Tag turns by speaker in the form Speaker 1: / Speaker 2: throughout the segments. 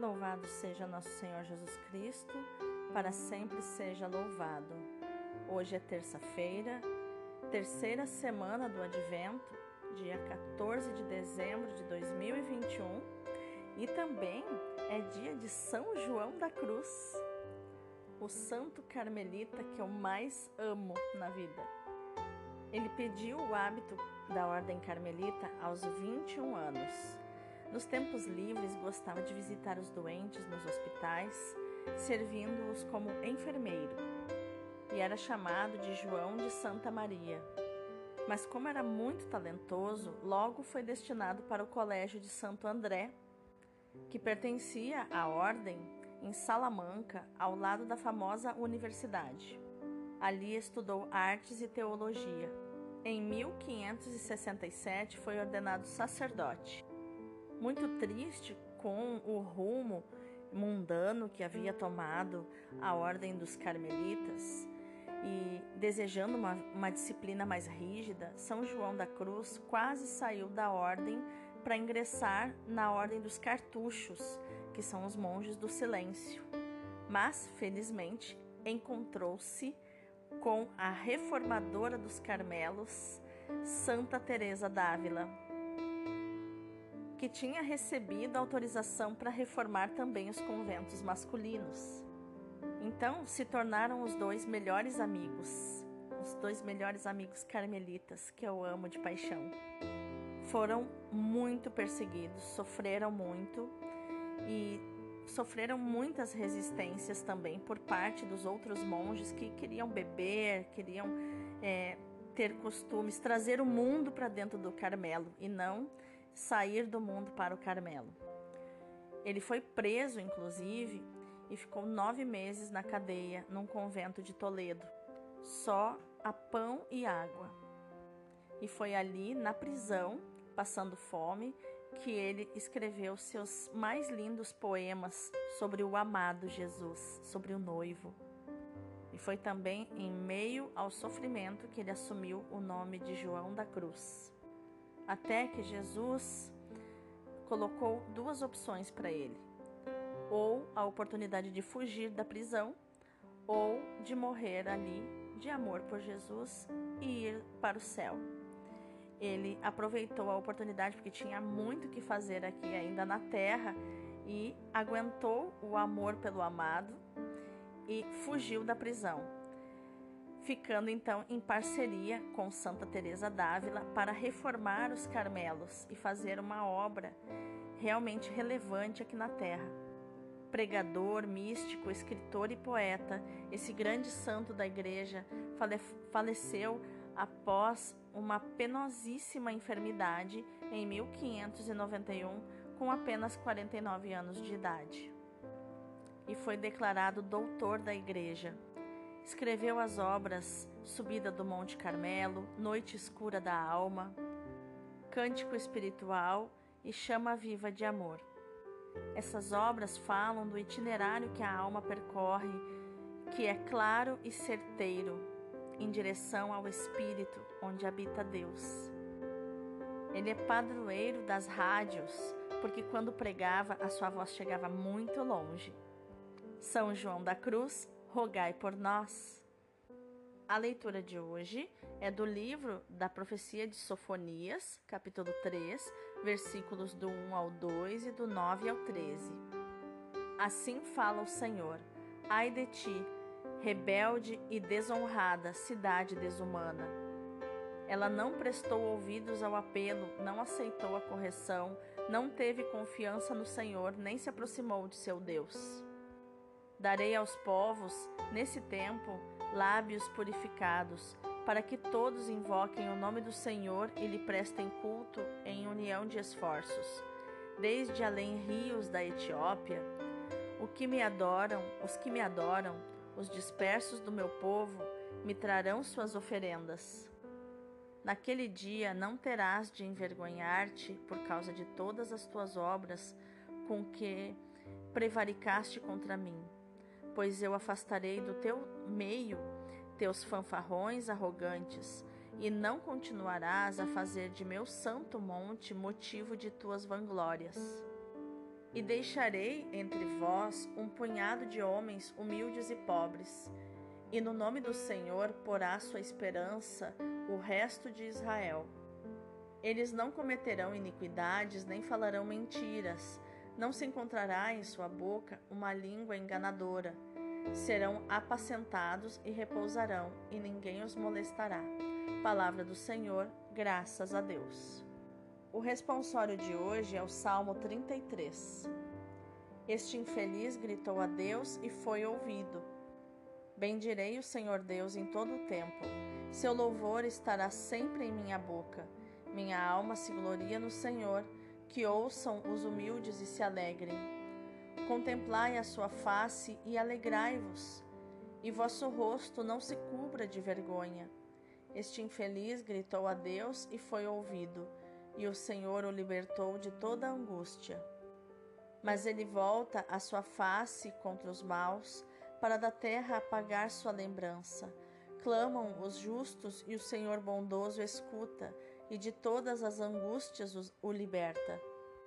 Speaker 1: Louvado seja nosso Senhor Jesus Cristo, para sempre seja louvado. Hoje é terça-feira, terceira semana do Advento, dia 14 de dezembro de 2021, e também é dia de São João da Cruz, o santo carmelita que eu mais amo na vida. Ele pediu o hábito da ordem carmelita aos 21 anos. Nos tempos livres, gostava de visitar os doentes nos hospitais, servindo-os como enfermeiro, e era chamado de João de Santa Maria. Mas como era muito talentoso, logo foi destinado para o Colégio de Santo André, que pertencia à ordem em Salamanca, ao lado da famosa universidade. Ali estudou artes e teologia. Em 1567 foi ordenado sacerdote. Muito triste com o rumo mundano que havia tomado a ordem dos carmelitas e desejando uma disciplina mais rígida, São João da Cruz quase saiu da ordem para ingressar na ordem dos cartuchos, que são os monges do silêncio. Mas, felizmente, encontrou-se com a reformadora dos Carmelos, Santa Teresa d'Ávila, que tinha recebido autorização para reformar também os conventos masculinos. Então se tornaram os dois melhores amigos carmelitas que eu amo de paixão. Foram muito perseguidos, sofreram muito e sofreram muitas resistências também por parte dos outros monges que queriam beber, queriam ter costumes, trazer o mundo para dentro do Carmelo e não sair do mundo para o Carmelo. Ele foi preso, inclusive, e ficou 9 meses na cadeia, num convento de Toledo, só a pão e água. E foi ali, na prisão, passando fome, que ele escreveu seus mais lindos poemas sobre o amado Jesus, sobre o noivo. E foi também em meio ao sofrimento que ele assumiu o nome de João da Cruz. Até que Jesus colocou 2 opções para ele: ou a oportunidade de fugir da prisão, ou de morrer ali de amor por Jesus e ir para o céu. Ele aproveitou a oportunidade porque tinha muito que fazer aqui ainda na terra e aguentou o amor pelo amado e fugiu da prisão, ficando então em parceria com Santa Teresa d'Ávila para reformar os Carmelos e fazer uma obra realmente relevante aqui na terra. Pregador, místico, escritor e poeta, esse grande santo da igreja faleceu após uma penosíssima enfermidade em 1591, com apenas 49 anos de idade. E foi declarado doutor da igreja. Escreveu as obras Subida do Monte Carmelo, Noite Escura da Alma, Cântico Espiritual e Chama Viva de Amor. Essas obras falam do itinerário que a alma percorre, que é claro e certeiro, em direção ao Espírito, onde habita Deus. Ele é padroeiro das rádios, porque quando pregava, a sua voz chegava muito longe. São João da Cruz, rogai por nós. A leitura de hoje é do livro da Profecia de Sofonias, capítulo 3, versículos do 1 ao 2 e do 9 ao 13. Assim fala o Senhor: ai de ti, rebelde e desonrada cidade desumana. Ela não prestou ouvidos ao apelo, não aceitou a correção, não teve confiança no Senhor, nem se aproximou de seu Deus. Darei aos povos, nesse tempo, lábios purificados, para que todos invoquem o nome do Senhor e lhe prestem culto em união de esforços. Desde além rios da Etiópia, os que me adoram, os dispersos do meu povo, me trarão suas oferendas. Naquele dia não terás de envergonhar-te por causa de todas as tuas obras com que prevaricaste contra mim, pois eu afastarei do teu meio teus fanfarrões arrogantes, e não continuarás a fazer de meu santo monte motivo de tuas vanglórias. E deixarei entre vós um punhado de homens humildes e pobres, e no nome do Senhor porá sua esperança o resto de Israel. Eles não cometerão iniquidades, nem falarão mentiras, não se encontrará em sua boca uma língua enganadora. Serão apacentados e repousarão, e ninguém os molestará. Palavra do Senhor, graças a Deus. O responsório de hoje é o Salmo 33. Este infeliz gritou a Deus e foi ouvido. Bendirei o Senhor Deus em todo o tempo. Seu louvor estará sempre em minha boca. Minha alma se gloria no Senhor. Que ouçam os humildes e se alegrem. Contemplai a sua face e alegrai-vos, e vosso rosto não se cubra de vergonha. Este infeliz gritou a Deus e foi ouvido, e o Senhor o libertou de toda a angústia. Mas ele volta a sua face contra os maus, para da terra apagar sua lembrança. Clamam os justos, e o Senhor bondoso escuta, e de todas as angústias o liberta.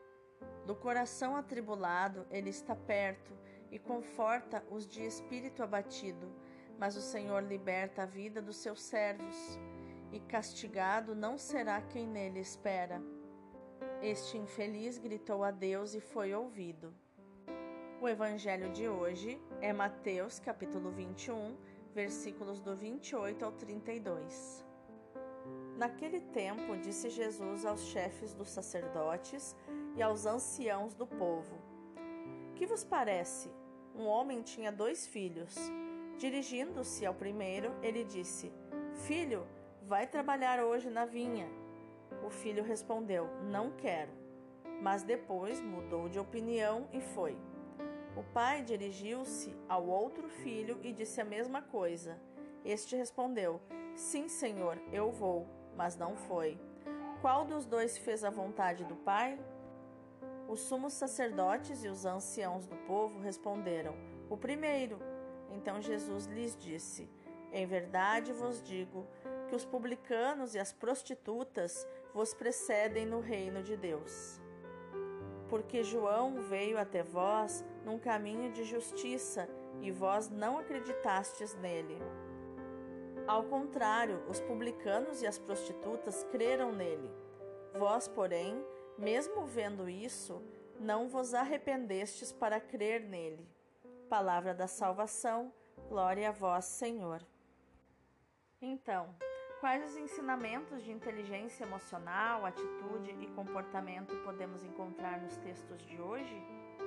Speaker 1: Do coração atribulado ele está perto e conforta os de espírito abatido, mas o Senhor liberta a vida dos seus servos, e castigado não será quem nele espera. Este infeliz gritou a Deus e foi ouvido. O evangelho de hoje é Mateus, capítulo 21, versículos do 28 ao 32. Naquele tempo, disse Jesus aos chefes dos sacerdotes e aos anciãos do povo: Que vos parece? Um homem tinha 2 filhos. Dirigindo-se ao primeiro, ele disse: Filho, vai trabalhar hoje na vinha. O filho respondeu: Não quero. Mas depois mudou de opinião e foi. O pai dirigiu-se ao outro filho e disse a mesma coisa. Este respondeu: Sim, senhor, eu vou. Mas não foi. Qual dos 2 fez a vontade do pai? Os sumos sacerdotes e os anciãos do povo responderam: O primeiro. Então Jesus lhes disse: Em verdade vos digo que os publicanos e as prostitutas vos precedem no reino de Deus. Porque João veio até vós num caminho de justiça, e vós não acreditastes nele. Ao contrário, os publicanos e as prostitutas creram nele. Vós, porém, mesmo vendo isso, não vos arrependestes para crer nele. Palavra da salvação, glória a vós, Senhor. Então, quais os ensinamentos de inteligência emocional, atitude e comportamento podemos encontrar nos textos de hoje?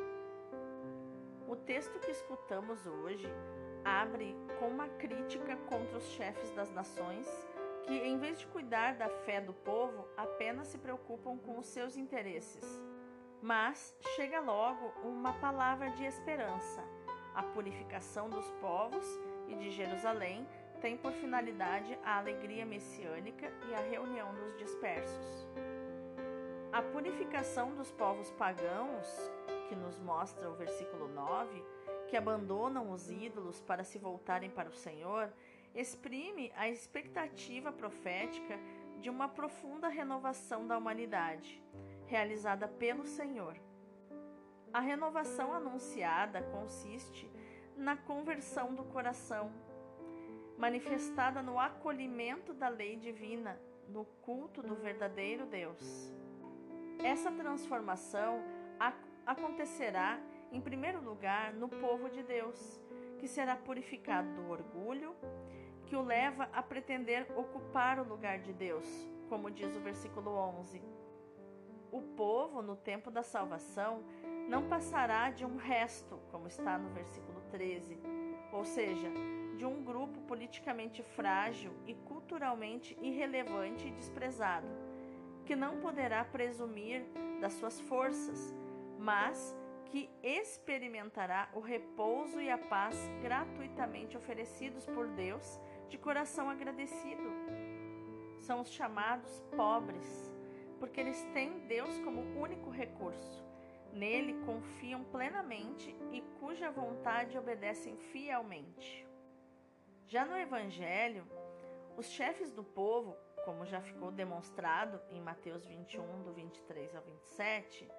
Speaker 1: O texto que escutamos hoje abre com uma crítica contra os chefes das nações que, em vez de cuidar da fé do povo, apenas se preocupam com os seus interesses. Mas chega logo uma palavra de esperança. A purificação dos povos e de Jerusalém tem por finalidade a alegria messiânica e a reunião dos dispersos. A purificação dos povos pagãos, que nos mostra o versículo 9, que abandonam os ídolos para se voltarem para o Senhor, exprime a expectativa profética de uma profunda renovação da humanidade, realizada pelo Senhor. A renovação anunciada consiste na conversão do coração, manifestada no acolhimento da lei divina, no culto do verdadeiro Deus. Essa transformação acontecerá, em primeiro lugar, no povo de Deus, que será purificado do orgulho, que o leva a pretender ocupar o lugar de Deus, como diz o versículo 11. O povo, no tempo da salvação, não passará de um resto, como está no versículo 13, ou seja, de um grupo politicamente frágil e culturalmente irrelevante e desprezado, que não poderá presumir das suas forças, mas que experimentará o repouso e a paz gratuitamente oferecidos por Deus de coração agradecido. São os chamados pobres, porque eles têm Deus como único recurso. Nele confiam plenamente e cuja vontade obedecem fielmente. Já no Evangelho, os chefes do povo, como já ficou demonstrado em Mateus 21, do 23 ao 27,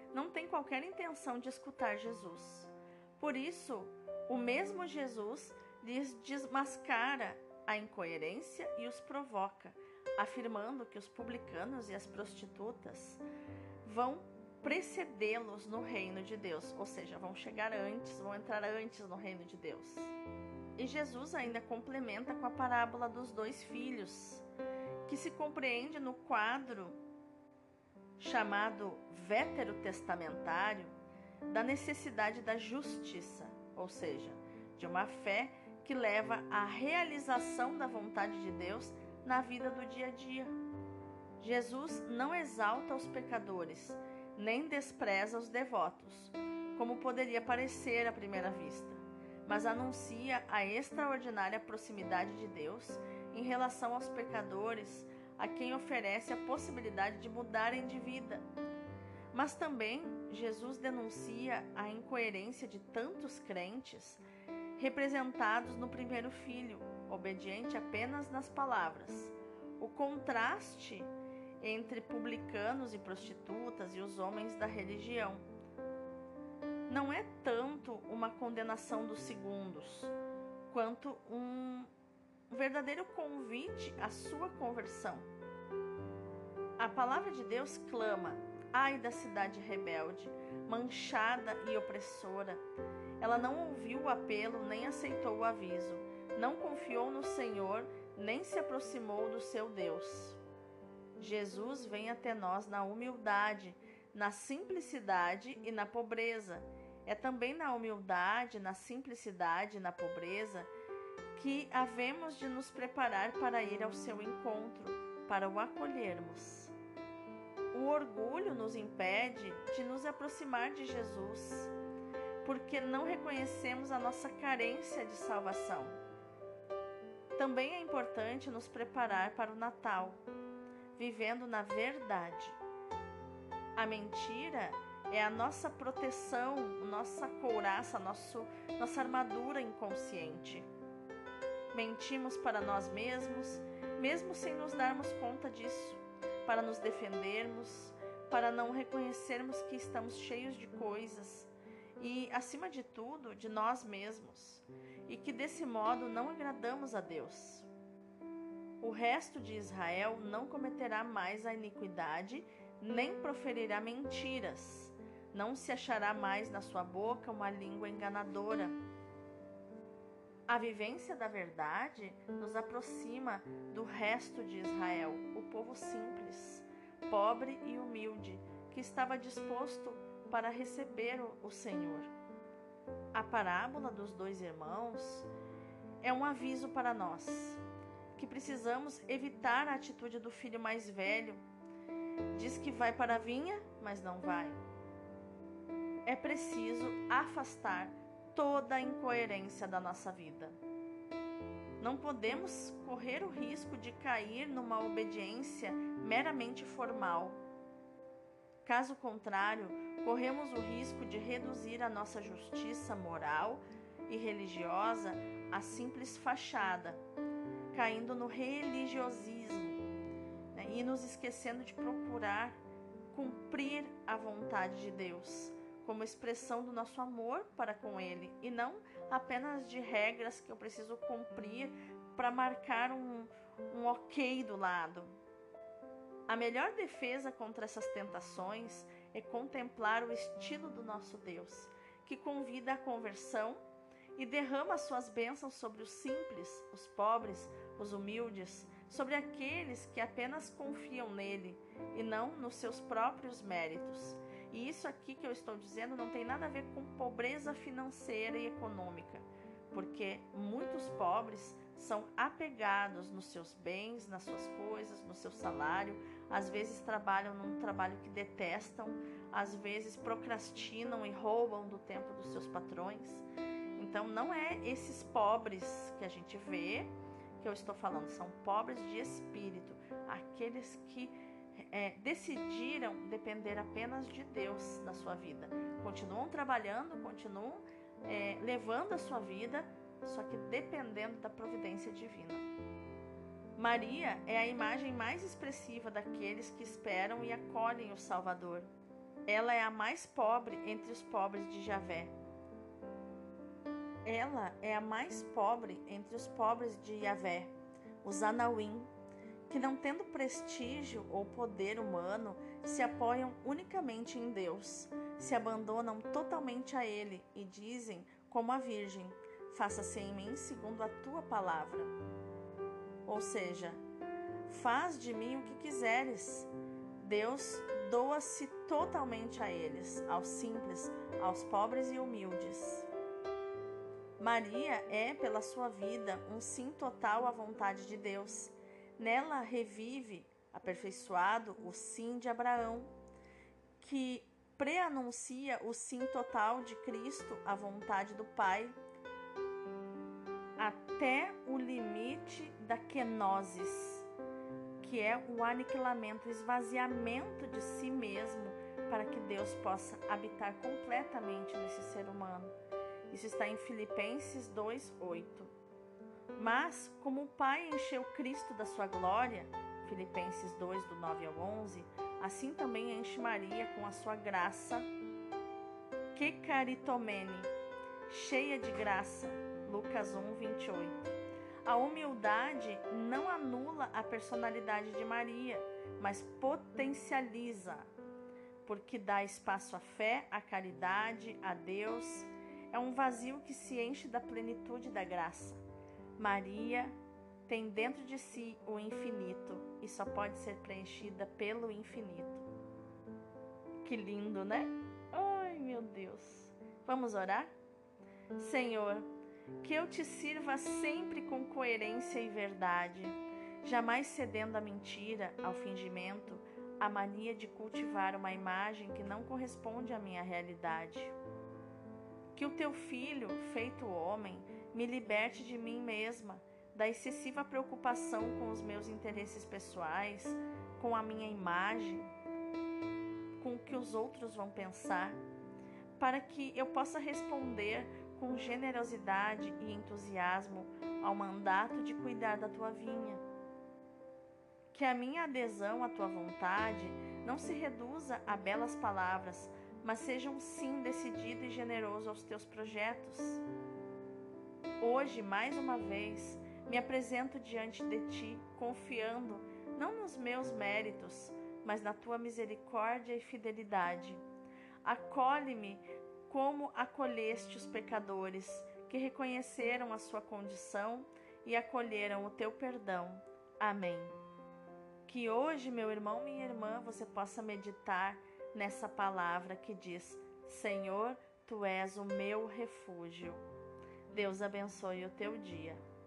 Speaker 1: não têm qualquer intenção de escutar Jesus. Por isso, o mesmo Jesus lhes desmascara a incoerência e os provoca, afirmando que os publicanos e as prostitutas vão precedê-los no reino de Deus, ou seja, vão chegar antes, vão entrar antes no reino de Deus. E Jesus ainda complementa com a parábola dos 2 filhos, que se compreende no quadro chamado veterotestamentário da necessidade da justiça, ou seja, de uma fé que leva à realização da vontade de Deus na vida do dia a dia. Jesus não exalta os pecadores, nem despreza os devotos, como poderia parecer à primeira vista, mas anuncia a extraordinária proximidade de Deus em relação aos pecadores, a quem oferece a possibilidade de mudarem de vida. Mas também Jesus denuncia a incoerência de tantos crentes representados no primeiro filho, obediente apenas nas palavras. O contraste entre publicanos e prostitutas e os homens da religião não é tanto uma condenação dos segundos, quanto um verdadeiro convite à sua conversão. A palavra de Deus clama: ai da cidade rebelde, manchada e opressora. Ela não ouviu o apelo, nem aceitou o aviso, não confiou no Senhor, nem se aproximou do seu Deus. Jesus vem até nós na humildade, na simplicidade e na pobreza. É também na humildade, na simplicidade e na pobreza que havemos de nos preparar para ir ao seu encontro, para o acolhermos. O orgulho nos impede de nos aproximar de Jesus, porque não reconhecemos a nossa carência de salvação. Também é importante nos preparar para o Natal, vivendo na verdade. A mentira é a nossa proteção, nossa couraça, nossa armadura inconsciente. Mentimos para nós mesmos, mesmo sem nos darmos conta disso, para nos defendermos, para não reconhecermos que estamos cheios de coisas e, acima de tudo, de nós mesmos, e que desse modo não agradamos a Deus. O resto de Israel não cometerá mais a iniquidade, nem proferirá mentiras, não se achará mais na sua boca uma língua enganadora. A vivência da verdade nos aproxima do resto de Israel, o povo simples, pobre e humilde, que estava disposto para receber o Senhor. A parábola dos 2 irmãos é um aviso para nós, que precisamos evitar a atitude do filho mais velho. Diz que vai para a vinha, mas não vai. É preciso afastar toda a incoerência da nossa vida. Não podemos correr o risco de cair numa obediência meramente formal. Caso contrário, corremos o risco de reduzir a nossa justiça moral e religiosa a simples fachada, caindo no religiosismo, e nos esquecendo de procurar cumprir a vontade de Deus, como expressão do nosso amor para com Ele, e não apenas de regras que eu preciso cumprir para marcar um ok do lado. A melhor defesa contra essas tentações é contemplar o estilo do nosso Deus, que convida à conversão e derrama suas bênçãos sobre os simples, os pobres, os humildes, sobre aqueles que apenas confiam nele e não nos seus próprios méritos. E isso aqui que eu estou dizendo não tem nada a ver com pobreza financeira e econômica, porque muitos pobres são apegados nos seus bens, nas suas coisas, no seu salário, às vezes trabalham num trabalho que detestam, às vezes procrastinam e roubam do tempo dos seus patrões. Então não é esses pobres que a gente vê que eu estou falando, são pobres de espírito, aqueles que decidiram depender apenas de Deus na sua vida. Continuam trabalhando, continuam levando a sua vida, só que dependendo da providência divina. Maria é a imagem mais expressiva daqueles que esperam e acolhem o Salvador. Ela é a mais pobre entre os pobres de Javé. Ela é a mais pobre entre os pobres de Javé, os Anauim, que não tendo prestígio ou poder humano, se apoiam unicamente em Deus, se abandonam totalmente a Ele e dizem, como a Virgem, faça-se em mim segundo a tua palavra. Ou seja, faz de mim o que quiseres. Deus doa-se totalmente a eles, aos simples, aos pobres e humildes. Maria é, pela sua vida, um sim total à vontade de Deus. Nela revive, aperfeiçoado, o sim de Abraão, que preanuncia o sim total de Cristo à vontade do Pai, até o limite da kenosis, que é o aniquilamento, o esvaziamento de si mesmo, para que Deus possa habitar completamente nesse ser humano. Isso está em Filipenses 2:8. Mas, como o Pai encheu Cristo da sua glória, Filipenses 2, do 9 ao 11, assim também enche Maria com a sua graça, que caritomene, cheia de graça, Lucas 1, 28. A humildade não anula a personalidade de Maria, mas potencializa, porque dá espaço à fé, à caridade, a Deus. É um vazio que se enche da plenitude da graça. Maria tem dentro de si o infinito e só pode ser preenchida pelo infinito. Que lindo, né? Ai, meu Deus. Vamos orar? Senhor, que eu te sirva sempre com coerência e verdade, jamais cedendo à mentira, ao fingimento, à mania de cultivar uma imagem que não corresponde à minha realidade. Que o teu Filho, feito homem, me liberte de mim mesma, da excessiva preocupação com os meus interesses pessoais, com a minha imagem, com o que os outros vão pensar, para que eu possa responder com generosidade e entusiasmo ao mandato de cuidar da tua vinha. Que a minha adesão à tua vontade não se reduza a belas palavras, mas seja um sim decidido e generoso aos teus projetos. Hoje, mais uma vez, me apresento diante de ti, confiando não nos meus méritos, mas na tua misericórdia e fidelidade. Acolhe-me como acolheste os pecadores que reconheceram a sua condição e acolheram o teu perdão. Amém. Que hoje, meu irmão, minha irmã, você possa meditar nessa palavra que diz: Senhor, tu és o meu refúgio. Deus abençoe o teu dia.